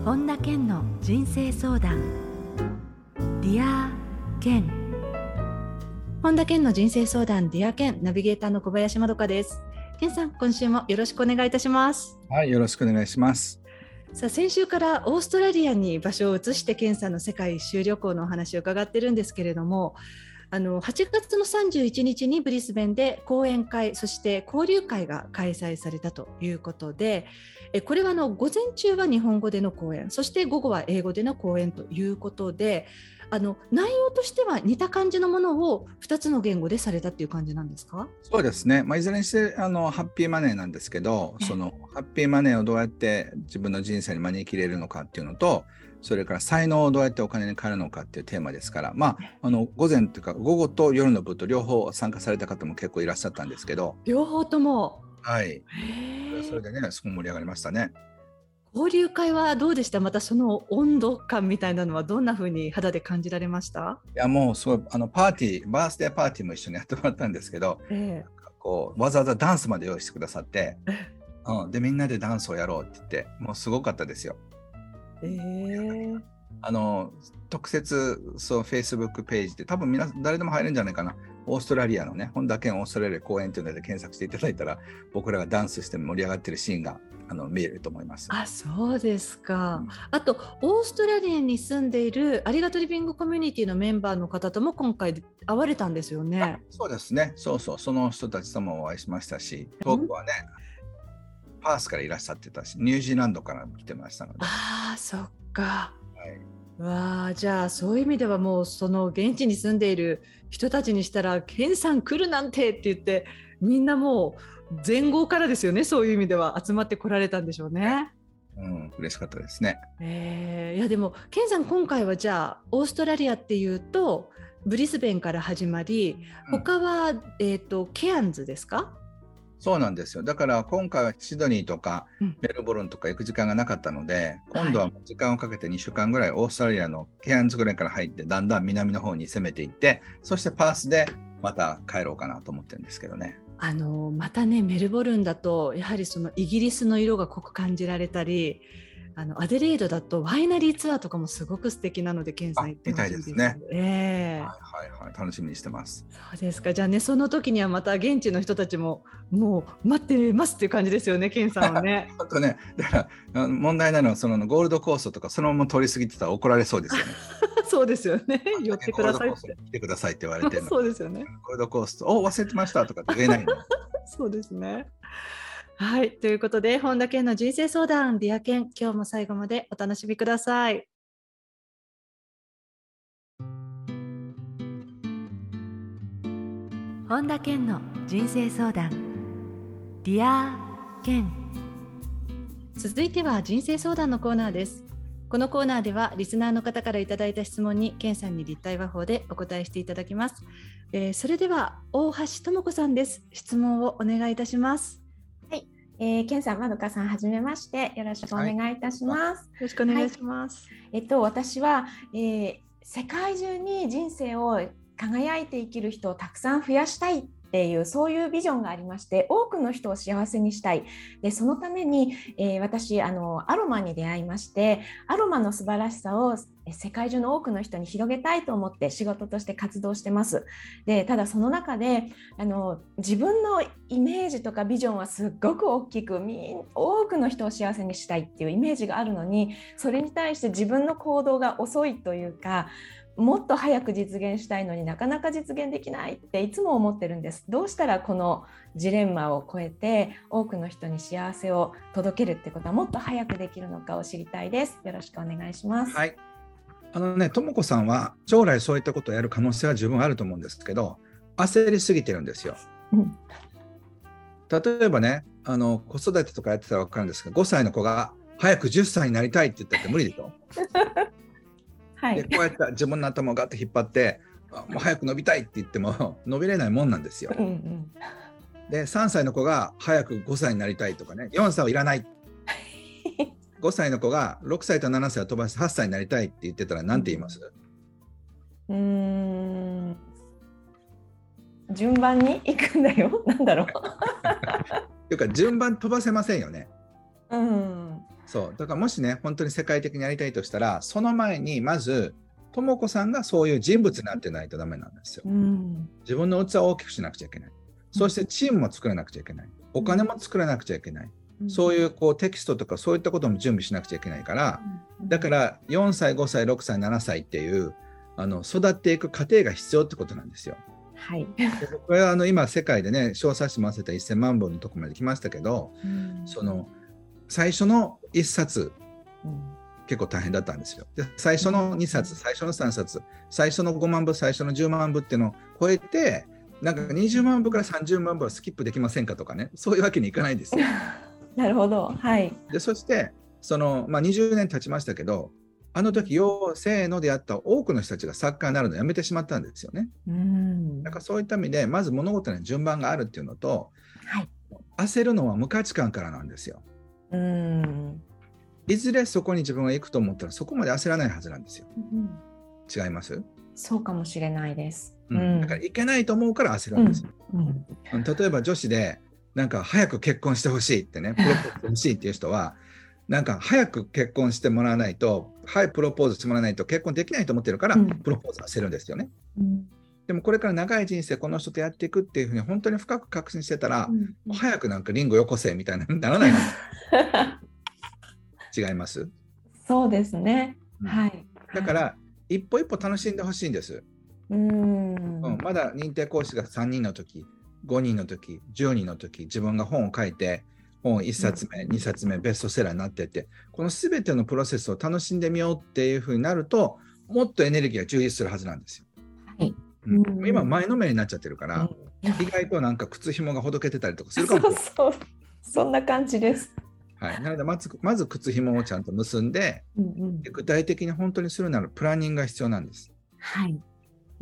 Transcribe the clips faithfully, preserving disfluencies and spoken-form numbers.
本田健の人生相談。ディア健。本田健の人生相談、ディア健、ナビゲーターの小林まどかです。健さん、今週もよろしくお願いいたします。 はい、よろしくお願いします。 さあ、先週からオーストラリアに場所を移して健さんの世界一周旅行のお話を伺ってるんですけれども、あのはちがつのさんじゅういちにちにブリスベンで講演会、そして交流会が開催されたということで、えこれはあの午前中は日本語での講演、そして午後は英語での講演ということで、あの内容としては似た感じのものをふたつの言語でされたっていう感じなんですか？ そうですね、まあ、いずれにしてあのハッピーマネーなんですけど、そのハッピーマネーをどうやって自分の人生に招き入れるのかっていうのと、それから才能をどうやってお金に変えるのかっていうテーマですから、まあ、あの午前というか午後と夜の部と両方参加された方も結構いらっしゃったんですけど、 両方とも。 はい、それでね、すごい盛り上がりましたね。 交流会はどうでした？またその温度感みたいなのはどんな風に肌で感じられました？ いや、もうすごい、あのパーティーバースデーパーティーも一緒にやってもらったんですけど、ええ、こうわざわざダンスまで用意してくださって、うん、でみんなでダンスをやろうって言って、もうすごかったですよ。えー、あの特設そう Facebook ページで多分皆誰でも入るんじゃないかな。オーストラリアのね、本田健オーストラリア公演というので検索していただいたら、僕らがダンスして盛り上がってるシーンがあの見えると思います。 あ、そうですか。うん、あとオーストラリアに住んでいるありがとリビングコミュニティのメンバーの方とも今回会われたんですよね。 そうですね、そうそう、その人たちともお会いしましたし、トークはね、うん、パースからいらっしゃってたし、ニュージーランドからも来てましたので。 ああ、そっか。はい、わあ、じゃあそういう意味ではもうその現地に住んでいる人たちにしたら、ケンさん来るなんてって言ってみんなもう全豪からですよね。そういう意味では集まってこられたんでしょうね。 うん、嬉しかったですね。 えー、いやでもケンさん、今回はじゃあオーストラリアっていうとブリスベンから始まり、他は、うん、えーと、ケアンズですか？ そうなんですよ。だから今回はシドニーとかメルボルンとか行く時間がなかったので、うん、今度は時間をかけてにしゅうかんぐらいオーストラリアのケアンズぐらいから入って、だんだん南の方に攻めていって、そしてパースでまた帰ろうかなと思ってるんですけどね。 あのまたね、メルボルンだとやはりそのイギリスの色が濃く感じられたり、あのアデレードだとワイナリーツアーとかもすごく素敵なので、ケンさん行ってほしいです。 みたいですね。 えー、 はいはいはい、楽しみにしてます。 そうですか。じゃあね、その時にはまた現地の人たちももう待ってますっていう感じですよね、ケンさんはね。 本当ね、だから問題なのはそのゴールドコーストとかそのまま通り過ぎてたら怒られそうですよね。 そうですよね。寄ってくださいって。 来てくださいって言われてるの。 そうですよね。 ゴールドコースト、お、忘れてましたとかって言えないの。 そうですね。はい、ということで本田健の人生相談、ディア健、今日も最後までお楽しみください。本田健の人生相談、ディア健。続いては人生相談のコーナーです。このコーナーではリスナーの方からいただいた質問に健さんに立体話法でお答えしていただきます。えー、それでは大橋智子さんです。質問をお願いいたします。 はい、えー、健さん、まどかさん、はじめまして、よろしくお願いいたします。 はい、よろしくお願いします。 はい、えっと、私は、えー、世界中に人生を輝いて生きる人をたくさん増やしたいっていう、そういうビジョンがありまして、多くの人を幸せにしたい。でそのために、えー、私あのアロマに出会いまして、アロマの素晴らしさを世界中の多くの人に広げたいと思って仕事として活動してます。でただその中であの自分のイメージとかビジョンはすっごく大きく、多くの人を幸せにしたいっていうイメージがあるのに、それに対して自分の行動が遅いというか、もっと早く実現したいのになかなか実現できないっていつも思ってるんです。どうしたらこのジレンマを超えて多くの人に幸せを届けるってことはもっと早くできるのかを知りたいです。よろしくお願いします。 はい、あのね、ともこさんは将来そういったことをやる可能性は十分あると思うんですけど、焦りすぎてるんですよ。うん、例えばね、あの子育てとかやってたら分かるんですけど、ごさいの子が早くじゅっさいになりたいって言ったって無理でしょ。はい、でこうやって自分の頭をガッと引っ張ってもう早く伸びたいって言っても伸びれないもんなんですよ。うんうん、でさんさいの子が早くごさいになりたいとかね、よんさいはいらないごさいの子がろくさいとななさいを飛ばしてはっさいになりたいって言ってたら何て言います？ うーん、順番に行くんだよ。なんだろうというか順番飛ばせませんよね。 うん、 そうだからもしね本当に世界的にやりたいとしたら、その前にまずともこさんがそういう人物になってないとダメなんですよ、うん、自分の器を大きくしなくちゃいけない、そしてチームも作らなくちゃいけない、お金も作らなくちゃいけない、うん、そういうこうテキストとかそういったことも準備しなくちゃいけないから、うん、だからよんさいごさいろくさいななさいっていうあの育っていく過程が必要ってことなんですよ。 はい、 これはあの今世界でね小冊子も合わせたせんまんぼんのところまで来ましたけど、うん、その最初のいっさつ、うん、結構大変だったんですよ。で最初のにさつ、最初のさんさつ、最初のごまんぶ、最初のじゅうまんぶっていうのを超えて、なんかにじゅうまんぶからさんじゅうまんぶはスキップできませんかとかね、そういうわけにいかないんですよ。 なるほど、はい。 でそしてその、まあ、にじゅうねん経ちましたけど、あの時ようせーのでやった多くの人たちがサッカーになるのをやめてしまったんですよね。うん、だからそういった意味でまず物事に順番があるっていうのと、はい、焦るのは無価値観からなんですよ。うん、いずれそこに自分が行くと思ったらそこまで焦らないはずなんですよ、うん、違います？ そうかもしれないです、 うん、だからいけないと思うから焦るんですよ、うんうん、例えば女子でなんか早く結婚してほしいってね、プロポーズしてほしいっていう人はなんか早く結婚してもらわないと、はいプロポーズしてもらわないと結婚できないと思ってるから、うん、プロポーズは焦るんですよね、うん、でもこれから長い人生この人とやっていくっていうふうに本当に深く確信してたら、うん、早くなんかリンゴよこせみたいなならない違います？ そうですね、うん、はい。 だから一歩一歩楽しんでほしいんです。うん、うん、まだ認定講師がさんにんの時、ごにんの時、じゅうにんの時、自分が本を書いて本いっさつめ、にさつめベストセラーになっていて、この全てのプロセスを楽しんでみようっていう風になると、もっとエネルギーが充実するはずなんですよ、はい。うん、今前のめりになっちゃってるから、うん、意外となんか靴紐がほどけてたりとかするかもしれない。 そうそう、そんな感じです。 はい、なのでまず、まず靴紐をちゃんと結んで、うんうん、で具体的に本当にするならプランニングが必要なんです。はい。うん、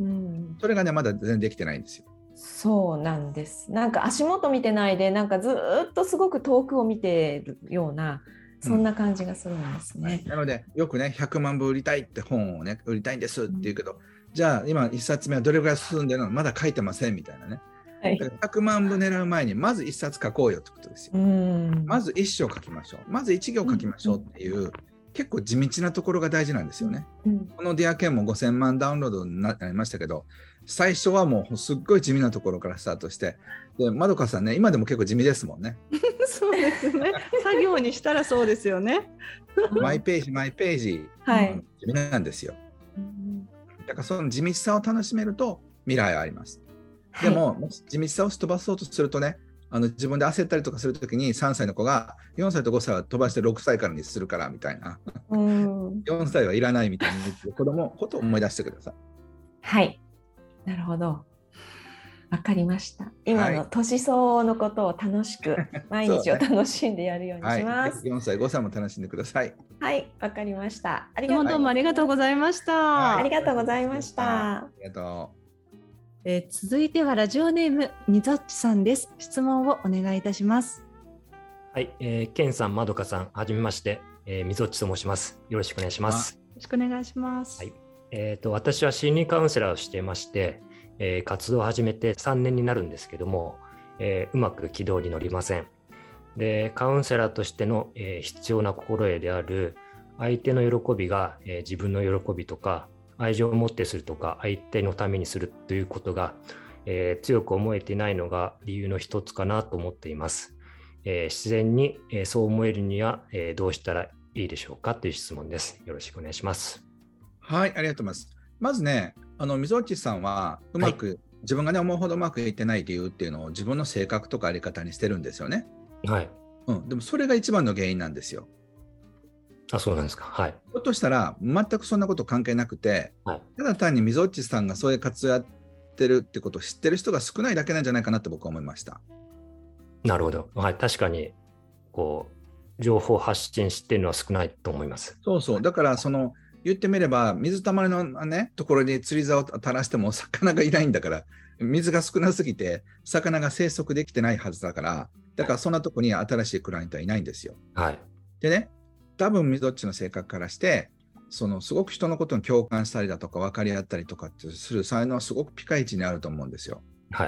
それがねまだ全然できてないんですよ。 そうなんです。なんか足元見てないで、なんかずっとすごく遠くを見てるようなそんな感じがするんですね、うんはい、 なのでよくねひゃくまんぶ売りたいって本をね売りたいんですって言うけど、うん、じゃあ今いっさつめはどれぐらい進んでるのまだ書いてませんみたいなね、はい、ひゃくまんぶ狙う前にまずいっさつ書こうよってことですよ。うんまずいっ章書きましょう、まずいち行書きましょうっていう、うん、結構地道なところが大事なんですよね、うん、このディアケンもごせんまんダウンロードになりましたけど、最初はもうすっごい地味なところからスタートして、でまどかさんね今でも結構地味ですもんねそうですね、作業にしたらそうですよねマイページマイページ、はい、地味なんですよ。だからその地道さを楽しめると未来はあります。でも、はい、地道さを飛ばそうとするとね、あの自分で焦ったりとかするときにさんさいの子がよんさいとごさいは飛ばしてろくさいからにするからみたいなうんよんさいはいらないみたいな子供のことを思い出してください。 はい、なるほど、わかりました。今の年相応のことを楽しく、はい、毎日を楽しんでやるようにします、 はい、よんさいごさいも楽しんでください。 はい、わかりました。 ありがとう、どうもありがとうございました、 はい、ありがとうございました。 ありがとう。 えー、続いてはラジオネームみぞっちさんです。質問をお願いいたします。 はい、えー、ケンさん、まどかさん、はじめまして、えー、みぞっちと申します。よろしくお願いします。 よろしくお願いします。 はい、えーと、私は心理カウンセラーをしていまして、えー、活動を始めてさんねんになるんですけども、えー、うまく軌道に乗りません。で、カウンセラーとしての、えー、必要な心得である相手の喜びが、えー、自分の喜びとか愛情を持ってするとか相手のためにするということが、えー、強く思えていないのが理由の一つかなと思っています。えー、自然に、えー、そう思えるには、えー、どうしたらいいでしょうかという質問です。よろしくお願いします。 はい、ありがとうございます。まずね、あのみぞっちさんはうまく、はい、自分がね思うほどうまくいってない理由っていうのを自分の性格とかあり方にしてるんですよね。 はい。 うん、でもそれが一番の原因なんですよ。 あ、そうなんですか。はい。 ひょっとしたら全くそんなこと関係なくて、はい、ただ単にみぞっちさんがそういう活動やってるってことを知ってる人が少ないだけなんじゃないかなって僕は思いました。 なるほど。はい、確かにこう情報発信してるのは少ないと思います。 そうそう。だからその言ってみれば水たまりのねところに釣り竿を垂らしても魚がいないんだから、水が少なすぎて魚が生息できてないはずだから、だからそんなとこに新しいクライアントはいないんですよ。 はい。 でね、多分みぞっちの性格からしてそのすごく人のことに共感したりだとか分かり合ったりとかってする才能はすごくピカイチにあると思うんですよ。 はい。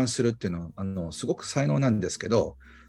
でもそのネガティブな世界で共感するっていうのはあのすごく才能なんですけど、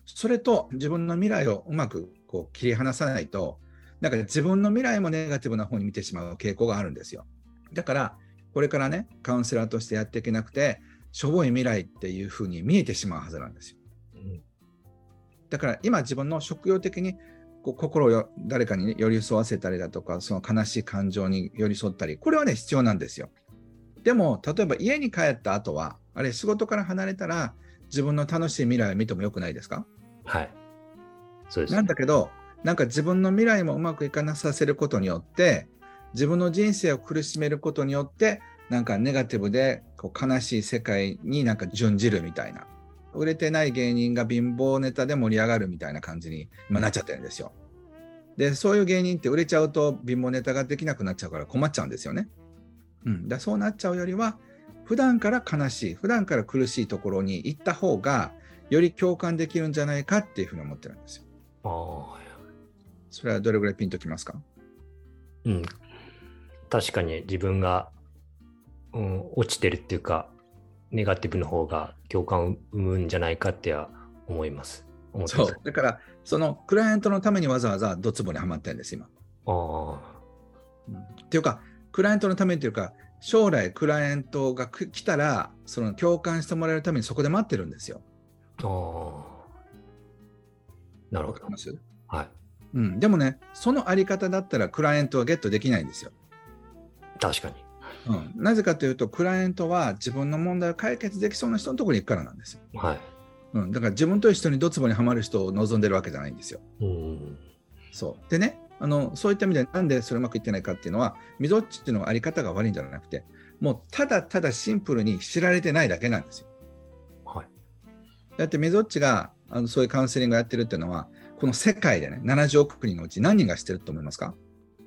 それと自分の未来をうまくこう切り離さないと、なんか自分の未来もネガティブな方に見てしまう傾向があるんですよ。だからこれからね、カウンセラーとしてやっていけなくて、しょぼい未来っていう風に見えてしまうはずなんですよ。うん、だから今自分の職業的にこう心をよ誰かに、ね、寄り添わせたりだとか、その悲しい感情に寄り添ったり、これはね必要なんですよ。でも例えば家に帰った後は、あれ仕事から離れたら自分の楽しい未来を見てもよくないですか？ はい、そうです。 なんだけど、なんか自分の未来もうまくいかなさせることによって、自分の人生を苦しめることによって、なんかネガティブでこう悲しい世界になんか準じるみたいな、売れてない芸人が貧乏ネタで盛り上がるみたいな感じに今なっちゃってるんですよ。で、そういう芸人って売れちゃうと貧乏ネタができなくなっちゃうから困っちゃうんですよね。うん、だそうなっちゃうよりは、普段から悲しい、普段から苦しいところに行った方がより共感できるんじゃないかっていうふうに思ってるんですよ。ああ、それはどれぐらいピンときますか？ うん、確かに自分が、うん、落ちてるっていうか、ネガティブの方が共感を生むんじゃないかっては思います。思ってます。 そうだからそのクライアントのためにわざわざドツボにはまってるんです今。あ、うん、っていうか、クライアントのためっていうか、将来クライアントが来たらその共感してもらえるためにそこで待ってるんですよ。ああ、なるほど。はい。うん、でもね、そのあり方だったらクライアントはゲットできないんですよ。 確かに。 うん、なぜかというと、クライアントは自分の問題を解決できそうな人のところに行くからなんですよ。はい。うん、だから自分と一緒にドツボにはまる人を望んでるわけじゃないんですよ。うん、そうでね、あのそういった意味でなんでそれうまくいってないかっていうのは、みぞっちっていうのはあり方が悪いんじゃなくて、もうただただシンプルに知られてないだけなんですよ。はい。だってみぞっちがあのそういうカウンセリングをやってるっていうのは、この世界でね、ななじゅうおくにんのうち何人が知ってると思いますか？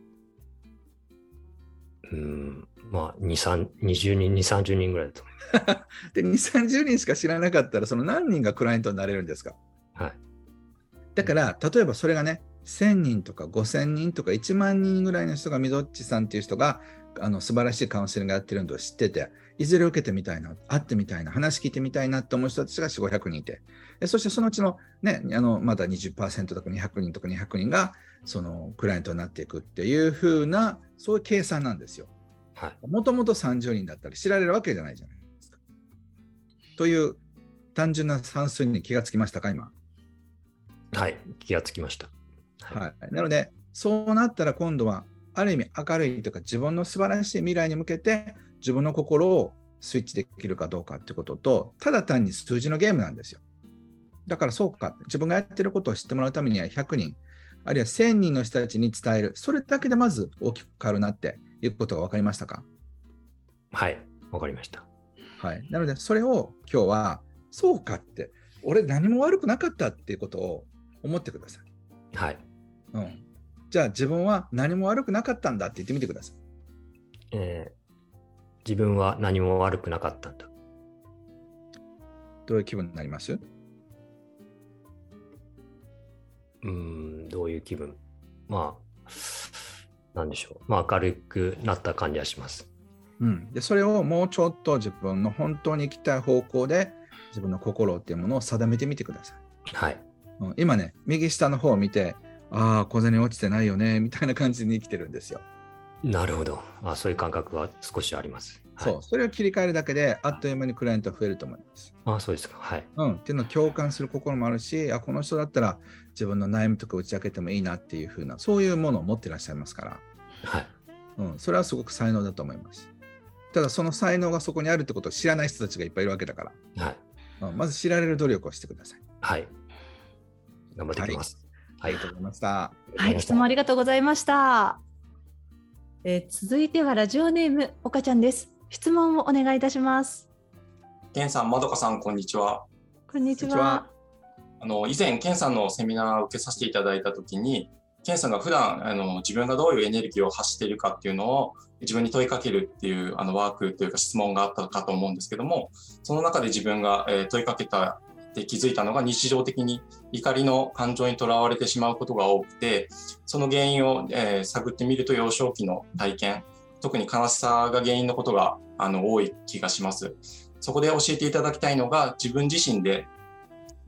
うーん、まあにじゅう、にじゅうにん、にじゅう、さんじゅうにんぐらいだと思います。 で、にじゅう、さんじゅうにんしか知らなかったら、その何人がクライアントになれるんですか？はい。だから、例えばそれがね、せんにんとかごせんにんとかいちまんにんぐらいの人が、みぞっちさんっていう人が、あの素晴らしいカウンセリングやってるのを知ってて、いずれ受けてみたいな、会ってみたいな、話聞いてみたいなって思う人たちがよんひゃく、ごひゃくにんいて、そしてそのうちのね、あのまだ にじゅっパーセント とかにひゃくにんとかにひゃくにんがそのクライアントになっていくっていう風な、そういう計算なんですよ。もともとさんじゅうにんだったら知られるわけじゃないじゃないですか。という単純な算数に気がつきましたか、今？ はい、気がつきました。 はいはい、なので、そうなったら今度はある意味明るいというか、自分の素晴らしい未来に向けて自分の心をスイッチできるかどうかってことと、ただ単に数字のゲームなんですよ。だからそうか、自分がやってることを知ってもらうためにはひゃくにん、あるいはせんにんの人たちに伝える、それだけでまず大きく変わるなっていうことが分かりましたか？ はい、分かりました。 はい、なのでそれを今日はそうかって、俺何も悪くなかったっていうことを思ってください。はい。うん、じゃあ自分は何も悪くなかったんだって言ってみてください。 えー、自分は何も悪くなかったんだ。 どういう気分になります？ うーん、どういう気分？まあ、なんでしょう。まあ、明るくなった感じはします。 うん、でそれをもうちょっと自分の本当に行きたい方向で自分の心っていうものを定めてみてください。はい。うん、今ね、右下の方を見て、ああ、小銭落ちてないよねみたいな感じに生きてるんですよ。 なるほど。あ、そういう感覚は少しあります。 はい、そう、それを切り替えるだけであっという間にクライアントが増えると思います。 あ、そうですか。はい。 うん、っていうのを共感する心もあるし、あ、この人だったら自分の悩みとか打ち明けてもいいなっていう風な、そういうものを持っていらっしゃいますから、はい。うん、それはすごく才能だと思います。ただその才能がそこにあるってことを知らない人たちがいっぱいいるわけだから、はい。うん、まず知られる努力をしてください。 はい。頑張っていきます。 はい、ありがとうございました。 はい、質問ありがとうございました。えー、続いてはラジオネーム岡ちゃんです。質問をお願いいたします。 健さん、まどかさん、こんにちは。 こんにちは。 あの以前健さんのセミナーを受けさせていただいたときに、健さんが普段あの自分がどういうエネルギーを発しているかっていうのを自分に問いかけるっていうあのワークというか質問があったかと思うんですけども、その中で自分が、えー、問いかけたで気づいたのが、日常的に怒りの感情にとらわれてしまうことが多くて、その原因を、えー、探ってみると幼少期の体験、特に悲しさが原因のことがあの多い気がします。そこで教えていただきたいのが、自分自身で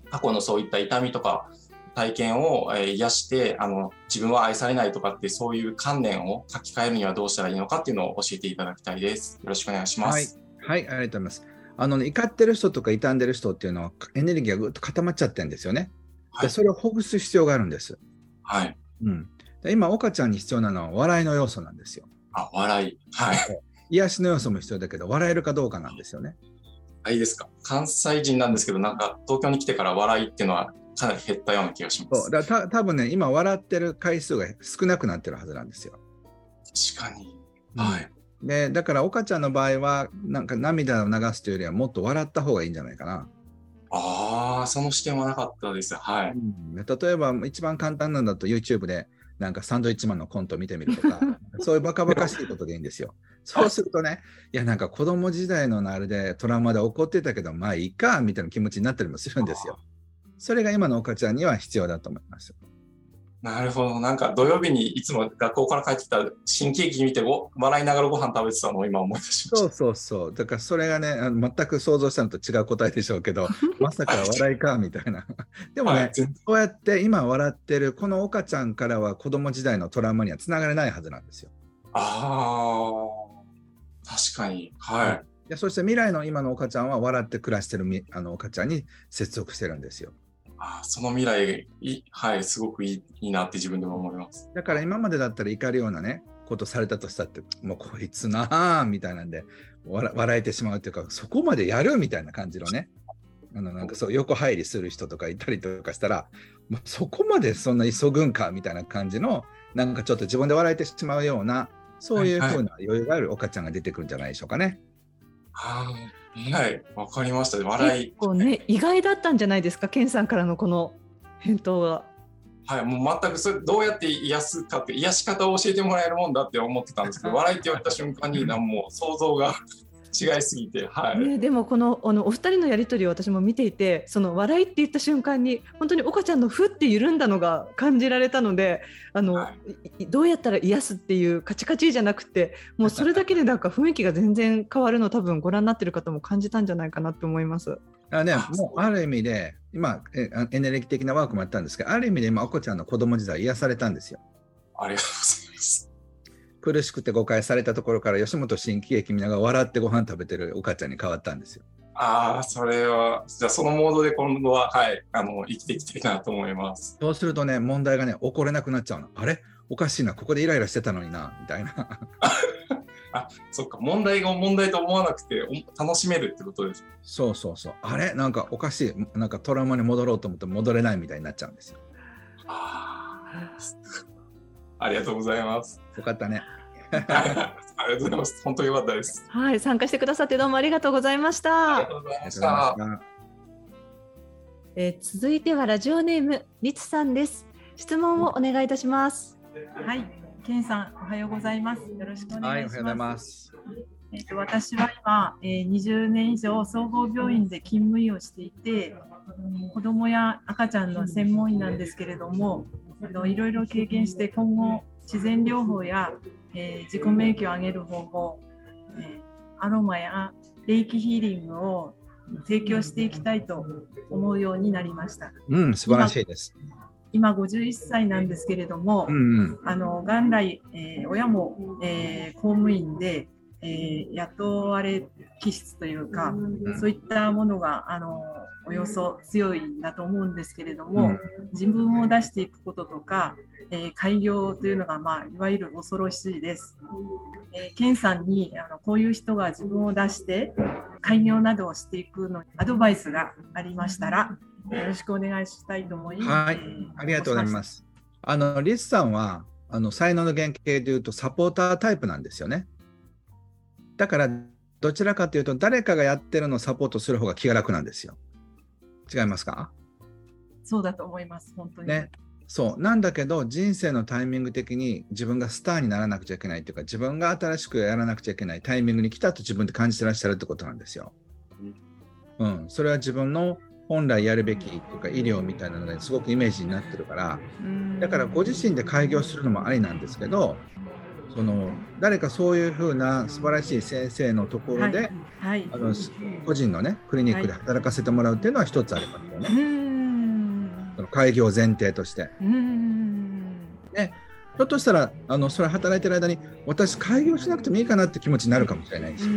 過去のそういった痛みとか体験を、えー、癒してあの自分は愛されないとかってそういう観念を書き換えるにはどうしたらいいのかっていうのを教えていただきたいです。よろしくお願いします。 はい、はい、ありがとうございます。あのね、怒ってる人とか傷んでる人っていうのはエネルギーがぐっと固まっちゃってるんですよね。はい、でそれをほぐす必要があるんです。 はい。 うん、で今岡ちゃんに必要なのは笑いの要素なんですよ。 あ、笑い。はい。 癒しの要素も必要だけど笑えるかどうかなんですよね。 あ、いいですか。関西人なんですけど、なんか東京に来てから笑いっていうのはかなり減ったような気がします。 そうだた多分ね、今笑ってる回数が少なくなってるはずなんですよ。 確かに。はい。 うん、でだから岡ちゃんの場合はなんか涙を流すというよりはもっと笑った方がいいんじゃないかな。 ああ、その視点はなかったです。はい。 うん、例えば一番簡単なんだと YouTube でなんかサンドイッチマンのコント見てみるとかそういうバカバカしいことでいいんですよ。そうするとね、いやなんか子供時代のあれでトラウマで怒ってたけどまあいいかみたいな気持ちになったりもするんですよ。それが今の岡ちゃんには必要だと思います。 なるほど。なんか土曜日にいつも学校から帰ってきた新喜劇見て笑いながらご飯食べてたのを今思い出しました。 そうそうそう。だからそれがね、あの全く想像したのと違う答えでしょうけどまさか笑いかみたいな。でもね、はい、そうやって今笑ってるこの岡ちゃんからは子供時代のトラウマにはつながれないはずなんですよ。 ああ、確かに。はい。 でそして未来の今の岡ちゃんは笑って暮らしてるあの岡ちゃんに接続してるんですよ。 あ、その未来い、はい、すごくいい、いいなって自分でも思います。 だから今までだったら怒るようなねことされたとしたってもうこいつなあみたいなんで笑、笑えてしまうというかそこまでやるみたいな感じのねあのなんかそう横入りする人とかいたりとかしたらもうそこまでそんな急ぐんかみたいな感じのなんかちょっと自分で笑えてしまうようなそういう風な余裕がある岡ちゃんが出てくるんじゃないでしょうかね。 はい、はい、わかりました。笑い。 結構ね、意外だったんじゃないですか、ケンさんからのこの返答は。 はい、もう全くそれどうやって癒すかって癒し方を教えてもらえるもんだって思ってたんですけど、笑いって言われた瞬間に何も想像が違いすぎて、はい。 ね、でもこのあのお二人のやり取りを私も見ていて、その笑いって言った瞬間に本当に岡ちゃんのふって緩んだのが感じられたので、あの、はい、どうやったら癒すっていうカチカチじゃなくて、もうそれだけでなんか雰囲気が全然変わるのを多分ご覧になってる方も感じたんじゃないかなと思います。 あね、もうある意味で今エネルギー的なワークもやったんですけど、ある意味で今岡ちゃんの子供時代癒されたんですよ。 ありがとうございます。 苦しくて誤解されたところから吉本新喜劇見ながら笑ってご飯食べてる岡ちゃんに変わったんですよ。 ああ、それはじゃあそのモードで今度は、はい、あの生きていきたいなと思います。 そうするとね、問題がね起これなくなっちゃうの。あれおかしいな、ここでイライラしてたのになみたいなあ、そっか、問題が問題と思わなくて楽しめるってことです。 そうそうそう。あれなんかおかしい、なんかトラウマに戻ろうと思って戻れないみたいになっちゃうんですよ。 あありがとうございます。 よかったねありがとうございます。本当に良かったです。 はい、参加してくださってどうもありがとうございました。 ありがとうございました。 えー、続いてはラジオネームりつさんです。質問をお願いいたします。 はい、ケンさんおはようございます。よろしくお願いします。はい、おはようございます。えーと、私は今、えー、にじゅうねん以上総合病院で勤務医をしていて、子どもや赤ちゃんの専門医なんですけれども、いろいろ経験して今後自然療法や、えー、自己免疫を上げる方法、えー、アロマやレイキヒーリングを提供していきたいと思うようになりました。 うん、素晴らしいです。 今ごじゅういっさいなんですけれども、うんうん、あの元来、えー、親も、えー、公務員で、えー、雇われ気質というか、うん、そういったものがあのおよそ強いんだと思うんですけれども、うん、自分を出していくこととか、えー、開業というのが、まあ、いわゆる恐ろしいです。えー、ケンさんにあのこういう人が自分を出して開業などをしていくのにアドバイスがありましたらよろしくお願いしたいと思います。 はい、ありがとうございます。あのリスさんはあの才能の原型でいうとサポータータイプなんですよね。だからどちらかというと誰かがやってるのをサポートする方が気が楽なんですよ。違いますか？ そうだと思います。本当にね。そうなんだけど人生のタイミング的に自分がスターにならなくちゃいけないというか自分が新しくやらなくちゃいけないタイミングに来たと自分で感じてらっしゃるってことなんですよ。うん、それは自分の本来やるべきというか医療みたいなのですごくイメージになってるからだからご自身で開業するのもありなんですけどその誰かそういうふうな素晴らしい先生のところで、はいはい、あの個人のねクリニックで働かせてもらうっていうのは一つありますよね。はい開業前提として。 うん、 ね、ひょっとしたらあのそれ働いてる間に私開業しなくてもいいかなって気持ちになるかもしれないし、うん、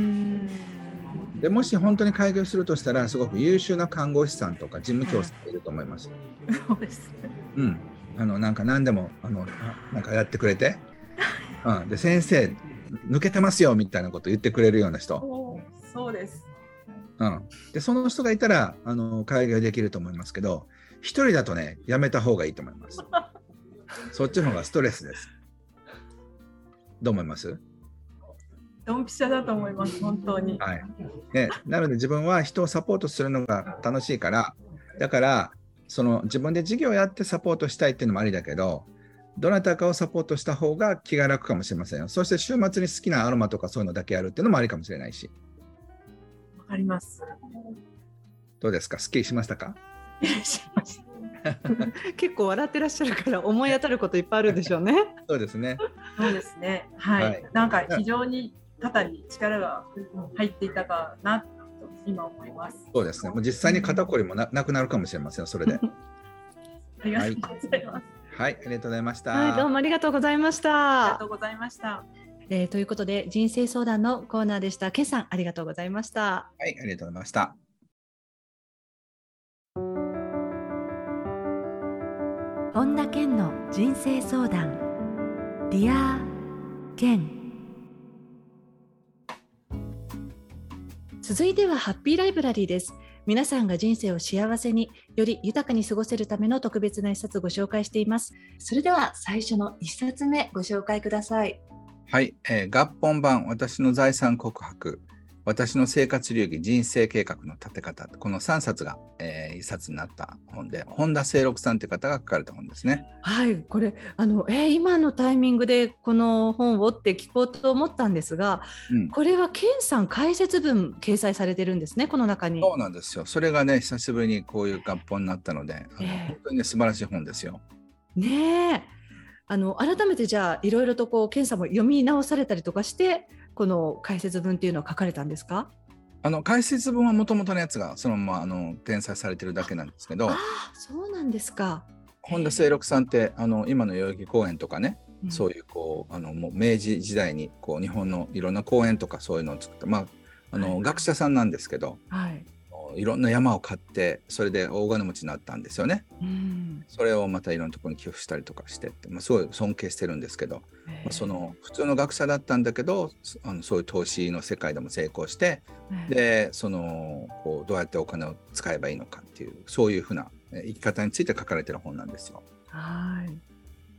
でもし本当に開業するとしたらすごく優秀な看護師さんとか事務長さんがいると思います。 そうですね。 うん、あのなんか何でもあのなんかやってくれて、うん、で先生抜けてますよみたいなこと言ってくれるような人。 そうです。 うん、でその人がいたらあの開業できると思いますけど、一人だとねやめた方がいいと思います。そっちの方がストレスです。どう思います？ ドンピシャだと思います、本当に。 はい。ね、なので自分は人をサポートするのが楽しいから、だからその自分で事業をやってサポートしたいっていうのもありだけど、どなたかをサポートした方が気が楽かもしれませんよ。そして週末に好きなアロマとかそういうのだけやるっていうのもありかもしれないし。 わかります。 どうですか？すっきりしましたか？ しました。 結構笑ってらっしゃるから思い当たることいっぱいあるんでしょうね。 そうですね。 そうですね。はい。はい、なんか非常に肩に力が入っていたかなと今思います。 そうですね。もう実際に肩こりも な, なくなるかもしれません。それで。 ありがとうございます。 はい、ありがとうございました。 はい、どうもありがとうございました。 ありがとうございました。 えー、ということで人生相談のコーナーでした。ケンさんありがとうございました。 はい、ありがとうございました。 本田健の人生相談。ディア健。続いてはハッピーライブラリーです。皆さんが人生を幸せにより豊かに過ごせるための特別な一冊をご紹介しています。それでは最初の一冊目ご紹介ください。 はい、えー、合本版私の財産告白、私の生活流儀人生計画の立て方、このさんさつが、えー、一冊になった本で、本田清六さんという方が書かれた本ですね。 はい、これあの、えー、今のタイミングでこの本をって聞こうと思ったんですが、うん、これは健さん解説文掲載されてるんですね、この中に。 そうなんですよ。それがね久しぶりにこういう合本になったので、あの、えー、本当にね素晴らしい本ですよ。 ねえ、あの改めてじゃあいろいろとこう健さんも読み直されたりとかしてこの解説文っていうのは書かれたんですか？ あの解説文はもともとのやつがそのままあの転載されてるだけなんですけど。 ああ、そうなんですか。 本田清六さんってあの今の代々木公園とかね、うん、そういうこうあのもう明治時代にこう日本のいろんな公園とかそういうのを作った、まああの、はい、学者さんなんですけど、はい、いろんな山を買ってそれで大金持ちになったんですよね。うん、それをまたいろんなところに寄付したりとかしてって、まあ、すごい尊敬してるんですけど、まあ、その普通の学者だったんだけどあのそういう投資の世界でも成功して、でそのこうどうやってお金を使えばいいのかっていうそういうふうな生き方について書かれてる本なんですよ。 はい、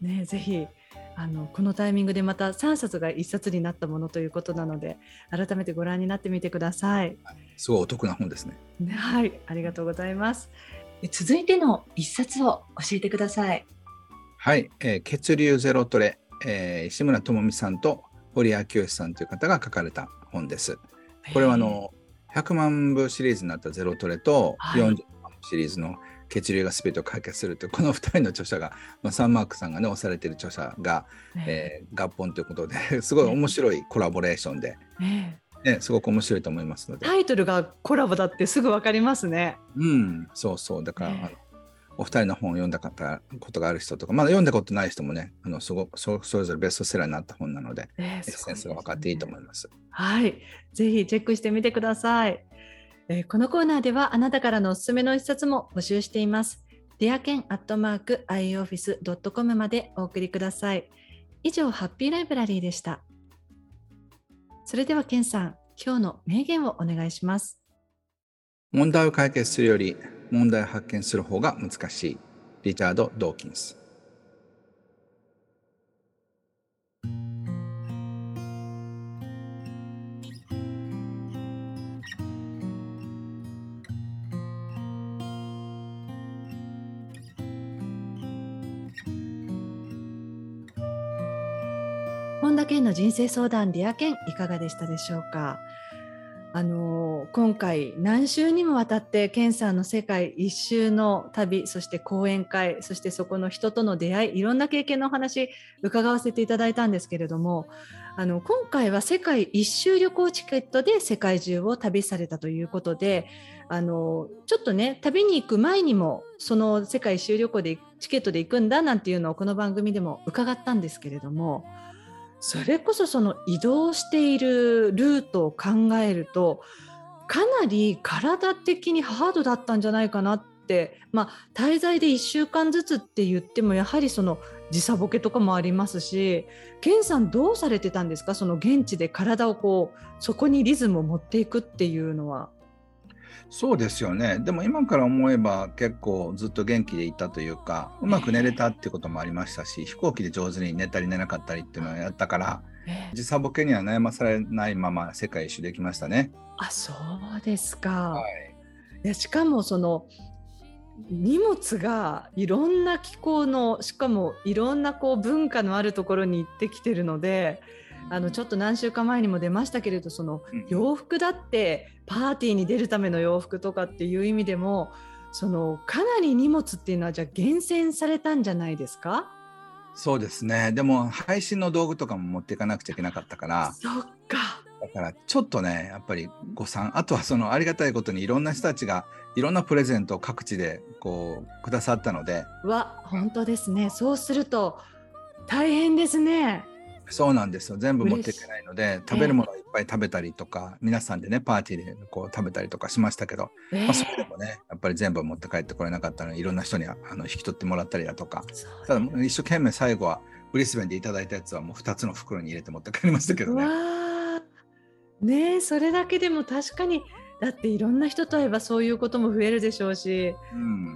ね、ぜひあのこのタイミングでまたさんさつがいっさつになったものということなので改めてご覧になってみてください。 すごいお得な本ですね。 はい、ありがとうございます。続いてのいっさつを教えてください。 はい、えー、血流ゼロトレ、えー、石村智美さんと堀明義さんという方が書かれた本です。これはあのひゃくまんぶシリーズになったゼロトレとよんじゅうまんぶシリーズの血流が全てを解決するというこのふたりの著者が、まあ、サンマークさんがね押されている著者が、えー、合本ということですごい面白いコラボレーションで、ねね、すごく面白いと思いますので。 タイトルがコラボだってすぐ分かりますね。 うん、そうそうだから、ね、あのお二人の本を読んだ方ことがある人とかまだ読んだことない人もねあのすごく そ, それぞれベストセラーになった本なので、えー、エッセンスが分かっていいと思います。 はい、ぜひチェックしてみてください。えー、このコーナーではあなたからのおすすめの一冊も募集しています。ディアケンアットマークアイオフィスドットコムまでお送りください。以上ハッピーライブラリーでした。それではケンさん、今日の名言をお願いします。 問題を解決するより問題を発見する方が難しい。リチャード・ドーキンス。 本田健の人生相談ディア健いかがでしたでしょうか。 あの今回何週にもわたって健さんの世界一周の旅、そして講演会、そしてそこの人との出会い、いろんな経験のお話伺わせていただいたんですけれども、あの今回は世界一周旅行チケットで世界中を旅されたということで、あのちょっとね旅に行く前にもその世界一周旅行でチケットで行くんだなんていうのをこの番組でも伺ったんですけれども、それこそその移動しているルートを考えるとかなり体的にハードだったんじゃないかなって、まあ、滞在でいっしゅうかんずつって言ってもやはりその時差ボケとかもありますし、健さんどうされてたんですか、その現地で体をこうそこにリズムを持っていくっていうのは。 そうですよね。でも今から思えば結構ずっと元気でいたというか、うまく寝れたっていうこともありましたし、飛行機で上手に寝たり寝なかったりっていうのをやったから、時差ボケには悩まされないまま世界一周できましたね。 あ、そうですか。 はい、 いやしかもその荷物がいろんな気候の、しかもいろんなこう文化のあるところに行ってきてるので、あのちょっと何週間前にも出ましたけれど、その洋服だってパーティーに出るための洋服とかっていう意味でも、そのかなり荷物っていうのはじゃあ厳選されたんじゃないですか。 そうですね。でも配信の道具とかも持っていかなくちゃいけなかったから、 そっか。 だからちょっとねやっぱり誤算、あとはそのありがたいことにいろんな人たちがいろんなプレゼントを各地でこうくださったので。 わ、本当ですね。そうすると大変ですね。 そうなんですよ。全部持っていけないので、食べるものをいっぱい食べたりとか、えー、皆さんでねパーティーでこう食べたりとかしましたけど、えーまあ、それでもねやっぱり全部持って帰ってこれなかったので、いろんな人にあの引き取ってもらったりだとか、ただ一生懸命最後はブリスベンでいただいたやつはもうふたつの袋に入れて持って帰りましたけどね。 わねえ、それだけでも確かに、だっていろんな人と会えばそういうことも増えるでしょうし、うん、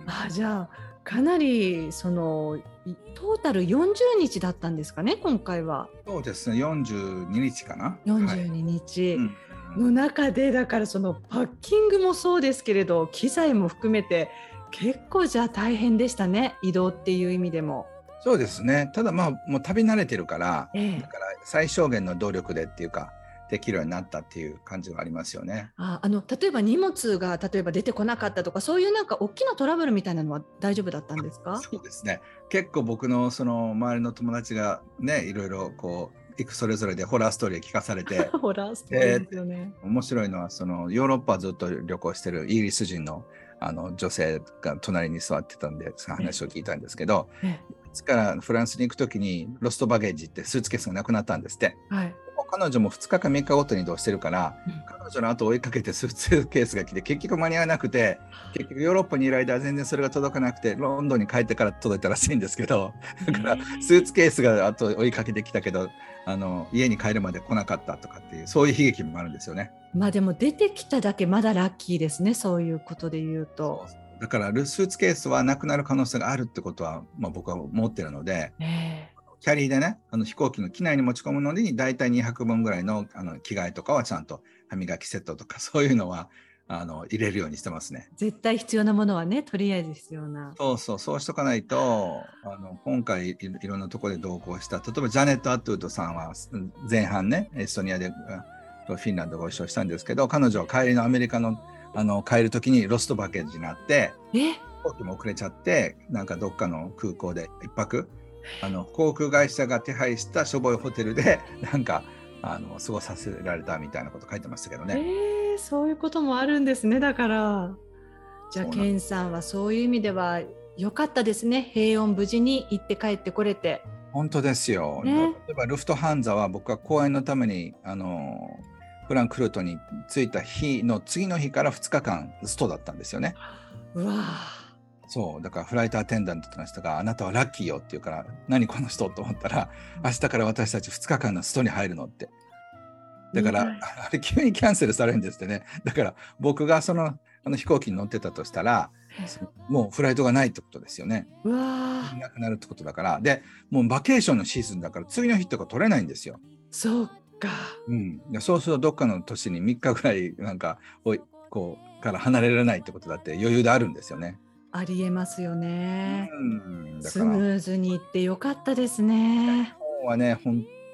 あ、じゃあかなりそのトータルよんじゅうにちだったんですかね、今回は。 そうですね、よんじゅうににちかな。 よんじゅうににちの中で、はい、だからそのパッキングもそうですけれど、機材も含めて結構じゃあ大変でしたね、移動っていう意味でも。 そうですね。ただまあもう旅慣れてるから、ええ、だから最小限の努力でっていうかできるようになったっていう感じがありますよね。 ああの例えば荷物が例えば出てこなかったとか、そういうなんか大きなトラブルみたいなのは大丈夫だったんですか？ そうですね。結構僕のその周りの友達がね、いろいろこういくそれぞれでホラーストーリー聞かされてホラーストーリーですよね。 面白いのはそのヨーロッパずっと旅行してるイギリス人のあの女性が隣に座ってたんで、その話を聞いたんですけど、いつからフランスに行くときにロストバゲージってスーツケースがなくなったんですって。はい、彼女もふつかかみっかごとに移動してるから、うん、彼女の後を追いかけてスーツケースが来て結局間に合わなくて、結局ヨーロッパにいる間は全然それが届かなくて、ロンドンに帰ってから届いたらしいんですけど、だからスーツケースが後追いかけてきたけど、あの家に帰るまで来なかったとかっていう、そういう悲劇もあるんですよね。 まあでも出てきただけまだラッキーですね、そういうことで言うと。 そうだからスーツケースはなくなる可能性があるってことは、まあ、僕は思ってるので、えー、キャリーでね、あの飛行機の機内に持ち込むのにだいたいにひゃくぶんぐらい の, あの着替えとかはちゃんと歯磨きセットとかそういうのはあの入れるようにしてますね。 絶対必要なものはね、とりあえず必要な。 そうそう、そうしとかないと、あの今回 い, いろんなところで同行した、例えばジャネット・アトゥートさんは前半ね、エストニアでフィンランドご一緒したんですけど、彼女は帰りのアメリカのあの帰るときにロストバゲージになって、飛行機も遅れちゃって、なんかどっかの空港で一泊、あの航空会社が手配したしょぼいホテルでなんかあの過ごさせられたみたいなこと書いてましたけどね。 えー、そういうこともあるんですね。だからじゃあケンさんはそういう意味では良かったですね。平穏無事に行って帰ってこれて。 本当ですよ、ね、例えばルフトハンザは僕は講演のためにあのフランクフルトに着いた日の次の日からふつかかんストだったんですよね。 うわ、 そうだからフライトアテンダントの人があなたはラッキーよって言うから、何この人と思ったら、明日から私たちふつかかんのストに入るのって。だから、うん、あれ急にキャンセルされるんですってね。だから僕がそのあの飛行機に乗ってたとしたらもうフライトがないってことですよね。 うわ、 いなくなるってことだから。でもうバケーションのシーズンだから次の日とか取れないんですよ。 そうか、 うん、そうするとどっかの都市にみっかぐらいなんかこうから離れられないってことだって余裕であるんですよね。 ありえますよね、うん、だからスムーズにいってよかったですね。 今日はね本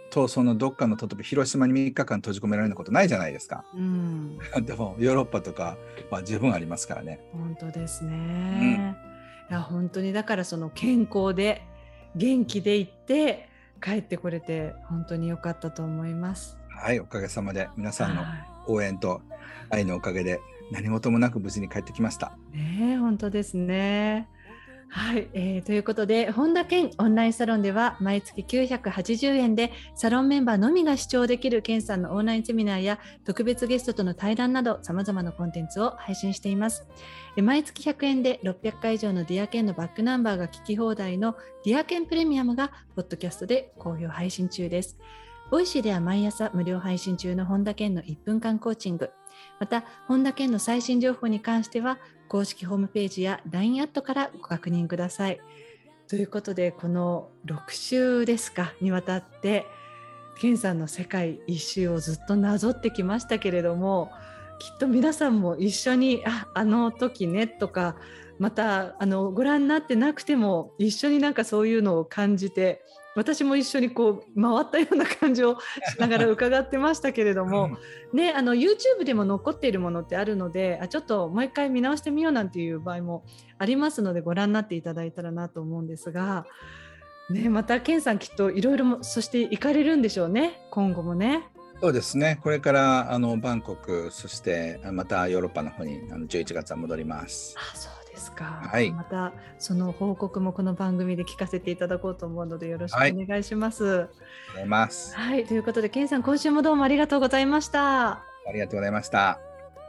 とそのどっかの例えば広島にみっかかん閉じ込められることないじゃないですか、うん、でもヨーロッパとかは十分ありますからね。 本当ですね、うん、いや本当にだからその健康で元気で行って帰ってこれて本当に良かったと思います。 はい、おかげさまで皆さんの応援と愛のおかげで何事もなく無事に帰ってきました。 ね、本当ですね。はい、えー、ということで本田健オンラインサロンでは毎月きゅうひゃくはちじゅうえんでサロンメンバーのみが視聴できる健さんのオンラインセミナーや特別ゲストとの対談などさまざまなコンテンツを配信しています。毎月ひゃくえんでろっぴゃっかい以上のディア健のバックナンバーが聞き放題のディア健プレミアムがポッドキャストで好評配信中です。ボイシーでは毎朝無料配信中の本田健のいっぷんかんコーチング、また本田健の最新情報に関しては公式ホームページや ライン アットからご確認ください。ということでこのろく週ですかにわたって健さんの世界一周をずっとなぞってきましたけれども、きっと皆さんも一緒に あ, あの時ねとかまたあのご覧になってなくても一緒になんかそういうのを感じて、私も一緒にこう回ったような感じをしながら伺ってましたけれども、ね、あの YouTube でも残っているものってあるので、あちょっともう一回見直してみようなんていう場合もありますのでご覧になっていただいたらなと思うんですが、ね、また健さんきっといろいろもそして行かれるんでしょうね、今後もね。 そうですね、これからあのバンコク、そしてまたヨーロッパの方にあのじゅういちがつは戻ります。 あ、そうですか、 はい、 またその報告もこの番組で聞かせていただこうと思うのでよろしくお願いします。はい、 ありがとうございます。 はい、ということで健さん今週もどうもありがとうございました。 ありがとうございました。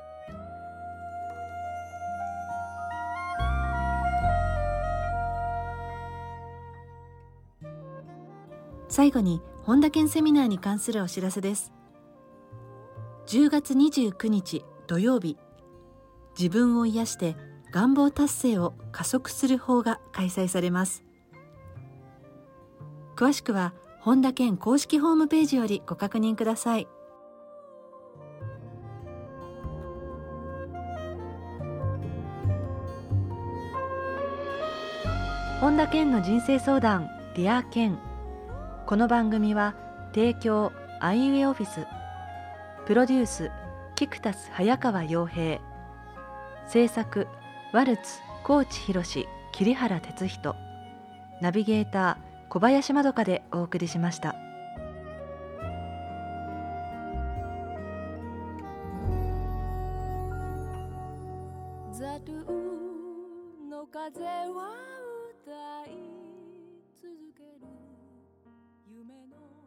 最後に本田健セミナーに関するお知らせです。じゅうがつにじゅうくにち土曜日、自分を癒して願望達成を加速する法が開催されます。詳しくは本田健公式ホームページよりご確認ください。本田健の人生相談ディア健。この番組は提供アイウェイオフィス、プロデュースキクタス早川洋平、制作ワルツ高知博桐原哲人、ナビゲーター小林まどかでお送りしました。ザトゥーの風は歌い続ける夢の